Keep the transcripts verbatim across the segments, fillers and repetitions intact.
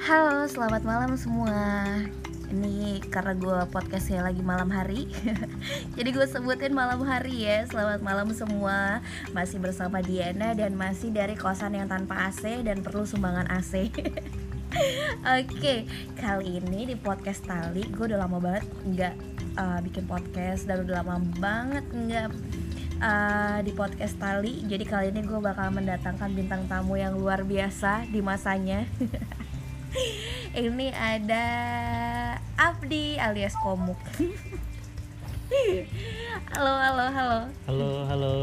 Halo, selamat malam semua. Ini karena gue podcastnya lagi malam hari jadi gue sebutin malam hari ya. Selamat malam semua. Masih bersama Diana dan masih dari kosan yang tanpa A C dan perlu sumbangan A C. Oke, okay, kali ini di podcast Tali gue udah lama banget nggak uh, bikin podcast. Dan udah lama banget nggak uh, di podcast Tali. Jadi kali ini gue bakal mendatangkan bintang tamu yang luar biasa di masanya. Ini ada Abdi alias Komuk. Halo, halo, halo. Halo, halo.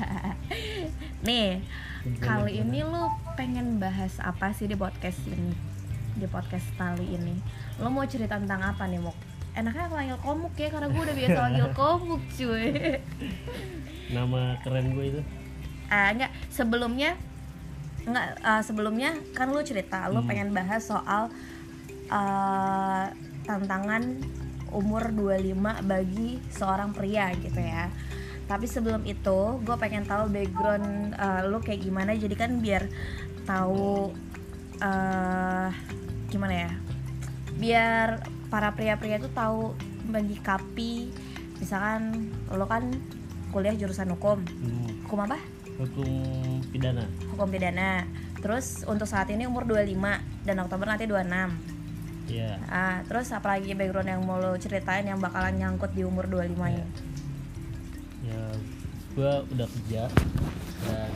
Nih, kali ini lu pengen bahas apa sih di podcast ini? Di podcast Tali ini. Lu mau cerita tentang apa nih, Muk? Enaknya aku panggil Komuk ya, karena gue udah biasa panggil Komuk, cuy. Nama keren gue itu. Ah, enggak, sebelumnya Enggak, uh, sebelumnya kan lu cerita lu hmm. pengen bahas soal uh, tantangan umur dua puluh lima bagi seorang pria gitu ya. Tapi sebelum itu gue pengen tahu background uh, lu kayak gimana, jadi kan biar tahu uh, gimana ya, biar para pria-pria tuh tahu menyikapi. Misalkan lu kan kuliah jurusan hukum. hmm. Hukum apa? Hukum pidana. Hukum pidana. Terus untuk saat ini umur dua puluh lima dan Oktober nanti dua puluh enam. Iya. Yeah. Ah, terus apalagi background yang mau lo ceritain yang bakalan nyangkut di umur dua puluh lima yeah. ini? Ya, gue udah kerja dan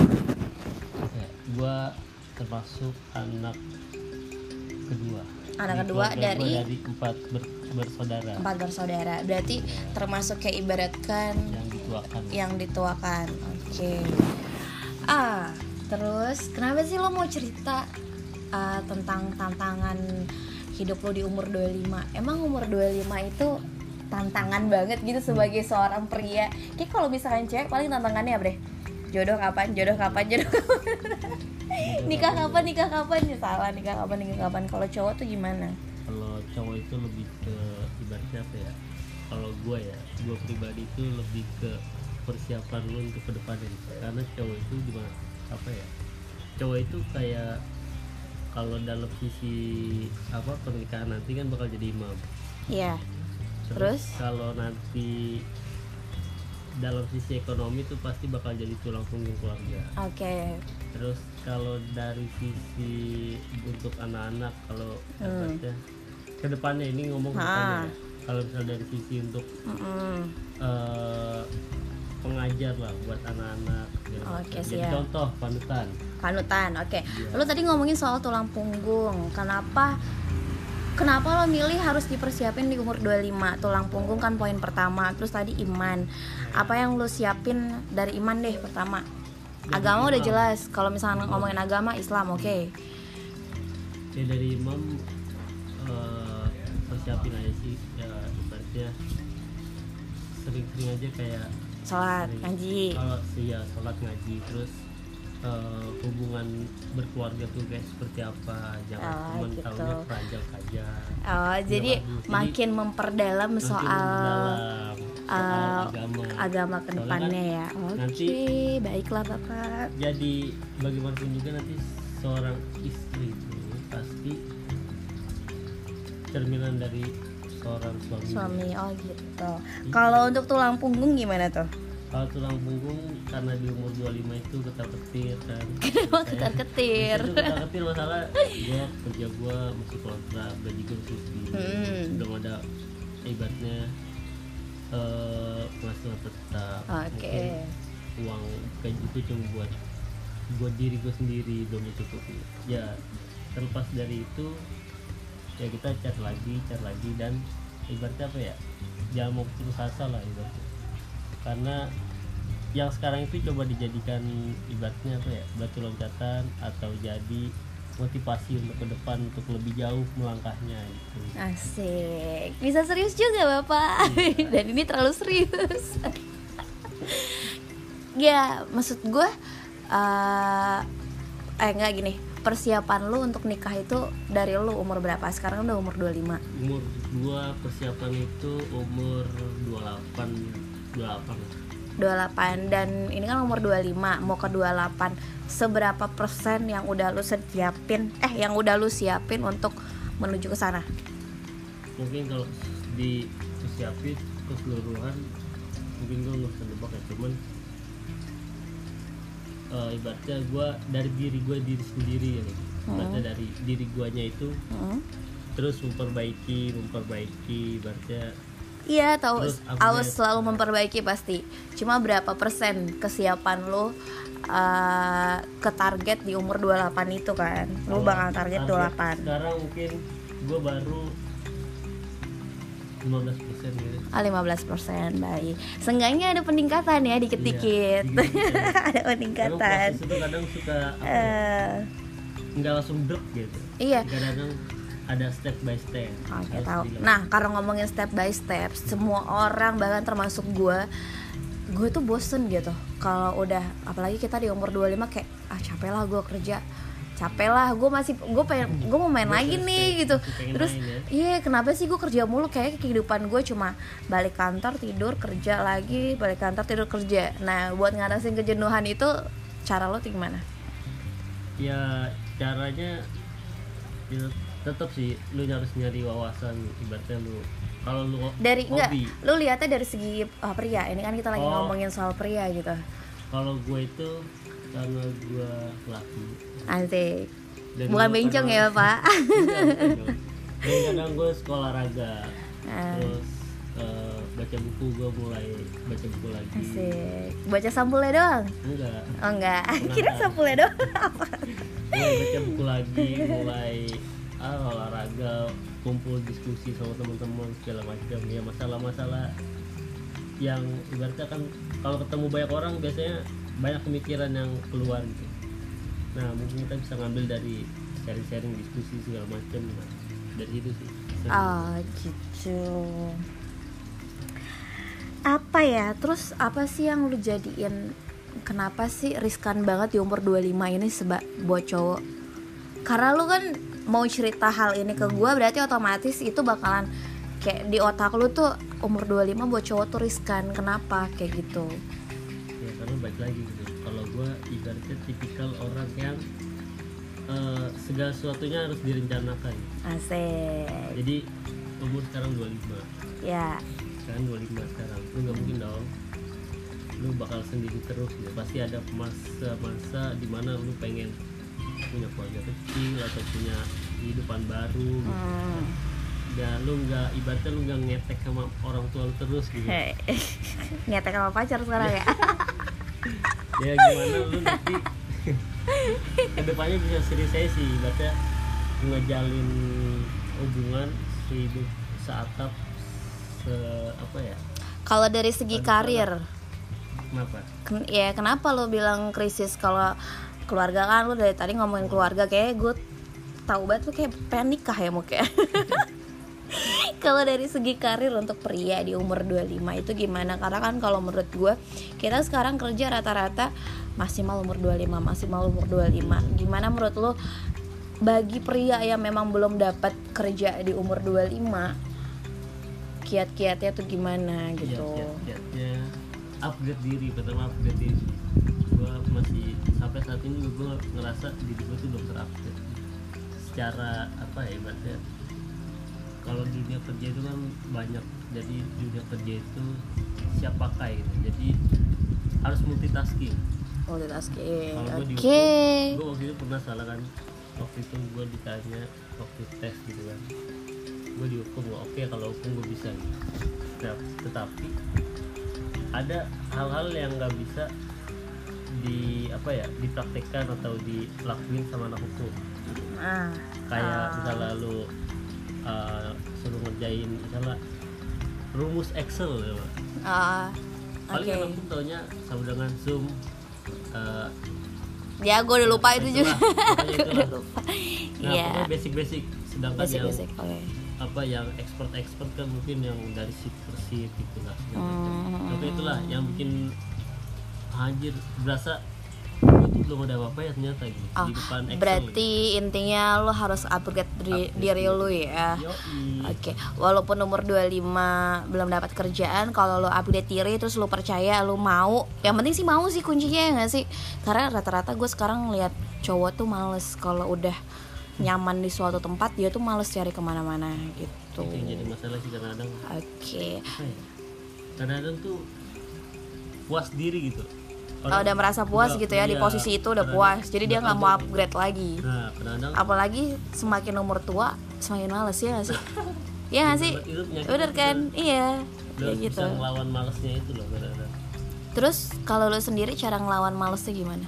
ya, gue termasuk anak kedua. Anak kedua dari dari empat ber, bersaudara. Empat bersaudara. Berarti yeah. termasuk kayak ibaratkan yang dituakan. Yang dituakan. Oke. Okay. Ah, terus kenapa sih lo mau cerita uh, tentang tantangan hidup lo di umur dua puluh lima? Emang umur dua puluh lima itu tantangan banget gitu sebagai seorang pria. Kayak kalau misalkan cewek paling tantangannya apa deh? Jodoh kapan? Jodoh kapan? Jodoh kapan? nikah kapan? Nikah kapan? Ya salah, nikah kapan? Nikah kapan? Kalau cowok tuh gimana? Kalau cowok itu lebih ke ibaratnya apa ya? Kalau gue ya, gue pribadi itu lebih ke persiapan lu untuk kedepannya gitu. Karena cowok itu gimana? Apa ya? Cowok itu kayak kalau dalam sisi apa pernikahan nanti kan bakal jadi imam. Iya. Terus, Terus? Kalau nanti dalam sisi ekonomi tuh pasti bakal jadi tulang punggung keluarga. Oke. Okay. Terus kalau dari sisi untuk anak-anak kalau hmm. kedepannya ini ngomong kedepannya, kalau misal dari sisi untuk hmm. uh, pengajar lah buat anak-anak. Oke, jadi siap. Contoh panutan. Panutan, oke. Okay. Ya. Lu tadi ngomongin soal tulang punggung. Kenapa? Kenapa lo milih harus dipersiapin di umur dua puluh lima? Tulang punggung kan poin pertama. Terus tadi iman. Apa yang lo siapin dari iman deh pertama? Jadi agama imam. Udah jelas. Kalau misalnya ngomongin agama Islam, oke. Okay. Ya dari imam uh, persiapin aja sih. Ya ibaratnya sering-sering aja kayak sholat, sering, ngaji. Kalau iya sholat ngaji terus uh, hubungan berkeluarga tuh kayak seperti apa, jangan oh, cuma gitu. tahunya kerajal aja. Oh, jadi makin jadi, memperdalam soal, memperdalam soal uh, agama, agama kedepannya kan ya. Oke, okay, baiklah Bapak. Jadi bagaimanapun juga nanti seorang istri itu pasti cerminan dari seorang suami. Suami, oh gitu. Kalau untuk tulang punggung gimana tuh? Kalau tulang punggung karena di umur dua puluh lima itu ketar-ketir kan. Kenapa ketar-ketir? Itu ketar-ketir masalah gue kerja gue masih kontrak, gaji gue masih segini. Hmm. Belum ada ibaratnya uh, penghasilan tetap. Oke. Okay. Uang gaji itu cuma buat buat diri gue sendiri belum cukup. Ya terlepas dari itu ya kita cari lagi, cari lagi dan ibaratnya apa ya? Jangan mau putus asa lah ibaratnya. Karena yang sekarang itu coba dijadikan ibaratnya apa ya, batu loncatan atau jadi motivasi untuk ke depan untuk lebih jauh melangkahnya gitu. Asik, bisa serius juga Bapak. Iya. Dan ini terlalu serius. Ya maksud gue uh, eh enggak gini, persiapan lu untuk nikah itu dari lu umur berapa? Sekarang udah umur dua puluh lima. Umur gua persiapan itu umur dua puluh delapan. dua puluh delapan dan ini kan umur dua puluh lima mau ke dua puluh delapan. Seberapa persen yang udah lu siapin eh yang udah lu siapin untuk menuju ke sana? Mungkin kalau di siapin keseluruhan mungkin gue nggak bisa nebak ya, cuman uh, ibaratnya gue dari diri gue diri sendiri ya, ibaratnya hmm. dari diri guanya itu hmm. terus memperbaiki memperbaiki ibaratnya. Iya, tahu. Harus selalu memperbaiki pasti. Cuma berapa persen kesiapan lo uh, ke target di umur dua puluh delapan itu kan? Lo bakal target, target dua puluh delapan. Sekarang mungkin gue baru lima belas persen gitu. Ah, lima belas persen, baik. Seenggaknya ada peningkatan ya, dikit-dikit. Iya, ada peningkatan. Proses itu kadang suka apa uh, ya? Nggak langsung drop gitu. Iya. Kadang ada step by step. Oke, tahu. Nah, karena ngomongin step by step, semua orang bahkan termasuk gue, gue tuh bosen gitu. Kalau udah, apalagi kita di umur dua puluh lima kayak ah capek lah gue kerja, capek lah gue masih gue pengen gue mau main lagi nih gitu. Terus iya yeah, kenapa sih gue kerja mulu, kayak kehidupan gue cuma balik kantor tidur kerja lagi, balik kantor tidur kerja. Nah, buat ngatasin kejenuhan itu cara lo gimana? Ya caranya ya, tetap sih lu harus nyari wawasan, ibaratnya lu kalau lu dari hobi. Enggak, lu lihatnya dari segi uh, pria. Ini kan kita lagi oh, ngomongin soal pria gitu. Kalau gue itu karena gue laki. Asik. Bukan bencong ya, Pak. Dan kadang gue sekolah olahraga. Uh. Terus uh, baca buku, gue mulai baca buku lagi. Asik. Baca sampulnya doang? Enggak. Oh enggak. Kira sampulnya doang. Mulai baca buku lagi, mulai ah, olahraga, kumpul diskusi sama teman-teman segala macam ya, masalah-masalah yang ibaratnya kan kalau ketemu banyak orang biasanya banyak pemikiran yang keluar gitu. Nah mungkin kita bisa ngambil dari sharing-sharing diskusi segala macam, nah, dari situ sih. Oh gitu. Apa ya? Terus apa sih yang lu jadiin, kenapa sih riskan banget di umur dua puluh lima ini sebab buat cowok? Karena lu kan mau cerita hal ini ke gue, berarti otomatis itu bakalan kayak di otak lu tuh umur dua puluh lima buat cowok tuh riskan. Kenapa kayak gitu? Ya karena baik lagi gitu, kalau gue ibaratnya tipikal orang yang uh, segala sesuatunya harus direncanakan. Asik. Jadi umur sekarang dua puluh lima ya, sekarang dua puluh lima sekarang, lu gak mungkin dong lu bakal sendiri terus gitu. Pasti ada masa-masa dimana lu pengen punya keluarga kecil atau punya kehidupan baru gitu. Hmm. Dan lu nggak, ibaratnya lu nggak ngetek sama orang tua lu terus gitu. Hey. Ngetek sama pacar sekarang ya? Ya gimana lu nanti kedepannya bisa serius saya sih, ibaratnya ngejalin hubungan sehidup seatap se apa ya? Kalau dari segi karir, kenapa? Ken- ya kenapa lu bilang krisis? Kalau keluarga kan lu dari tadi ngomongin keluarga, kayak gue tahu banget lu kayak pengen nikah ya mungkin. Kalau dari segi karir untuk pria di umur dua puluh lima itu gimana? Karena kan kalau menurut gue, kita sekarang kerja rata-rata maksimal umur dua puluh lima, maksimal umur dua puluh lima. Gimana menurut lu bagi pria yang memang belum dapat kerja di umur dua puluh lima, kiat-kiatnya tuh gimana gitu? Kiat-kiatnya upgrade diri, pertama upgrade diri. Gue masih sampai saat ini gue ngerasa diri gue tuh belum terupgrade secara apa ya, ibaratnya kalau dunia kerja itu kan banyak, jadi dunia kerja itu siap pakai gitu, jadi harus multitasking. Multitasking. Kalau gue okay. dihukum, gue waktu itu pernah salah kan, waktu itu gue ditanya waktu tes gitu kan, gue dihukum, oke okay, kalau hukum gue bisa gitu. Nah, tetapi ada hal-hal yang nggak bisa di apa ya dipraktekkan atau dilakuin sama anak hukum. Ah. Kayak ah. misalnya lu uh, suruh ngerjain misalnya rumus Excel ya, Pak. Ah. Paling okay. Anak hukum taunya sama dengan Zoom. Uh, ya gue udah lupa itu juga. Gue udah lupa. Nah, yeah. Pokoknya basic-basic. Sedangkan basic, yang basic. Okay. apa yang expert-expert kan mungkin yang dari sheet per sheet gitu lah. Hmm. Tapi itulah yang bikin anjir berasa gue tuh belum ada apa-apa ya ternyata gitu Oh, di depan Excel berarti intinya lo harus upgrade diri, Upgrade diri diri. lo ya. Yoi. Oke, walaupun umur dua puluh lima belum dapat kerjaan, kalau lo update diri terus lo percaya, lo mau. Yang penting sih mau sih kuncinya ya nggak sih? Karena rata-rata gue sekarang lihat cowok tuh males kalau udah nyaman di suatu tempat, dia tuh males cari kemana-mana gitu. Itu yang jadi masalah sih kadang-kadang. Oke. Apa ya? Kadang-kadang tuh puas diri gitu. Kalau udah merasa puas udah- gitu ya di iya, posisi itu udah kadang-kadang puas, jadi dia udah nggak mau tahu. upgrade lagi. Nah, kadang-kadang Apalagi semakin umur tua semakin males ya nggak sih? Iya nggak sih? itu penyakit Bener kan? Iya, udah kayak bisa gitu. ngelawan malesnya itu loh kadang-kadang. Terus kalau lo sendiri cara ngelawan malesnya gimana?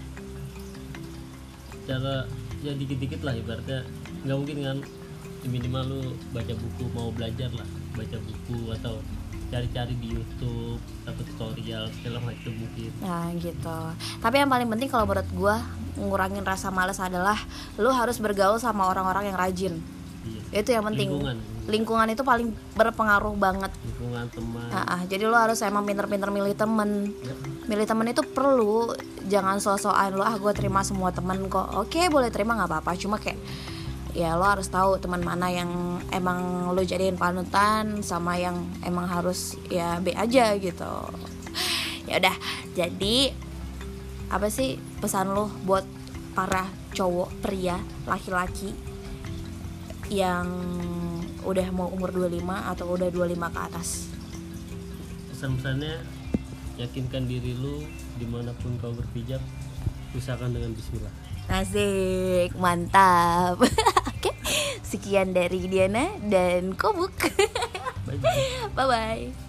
Cara ya dikit-dikit lah ibaratnya, nggak mungkin kan minimal lu baca buku, mau belajar lah baca buku atau cari-cari di YouTube atau tutorial segala macam mungkin. Nah gitu. Tapi yang paling penting kalau menurut gue ngurangin rasa malas adalah lo harus bergaul sama orang-orang yang rajin. Iya. Itu yang penting. Lingkungan. Lingkungan itu paling berpengaruh banget. Lingkungan teman. Nah, ah, jadi lo harus emang pinter-pinter milih temen. Milih temen itu perlu. Jangan so-soan lo ah gue terima semua temen kok. Oke boleh terima nggak apa-apa. Cuma kayak ya lo harus tahu teman mana yang emang lo jadiin panutan sama yang emang harus ya B aja gitu. Ya udah, jadi apa sih pesan lo buat para cowok, pria, laki-laki yang udah mau umur dua puluh lima atau udah dua puluh lima ke atas? Pesan-pesannya, yakinkan diri lu dimanapun kau berpijak, usahakan dengan bismillah. Asik, mantap. Oke, sekian dari Diana dan Kobuk. Bye bye. Bye bye.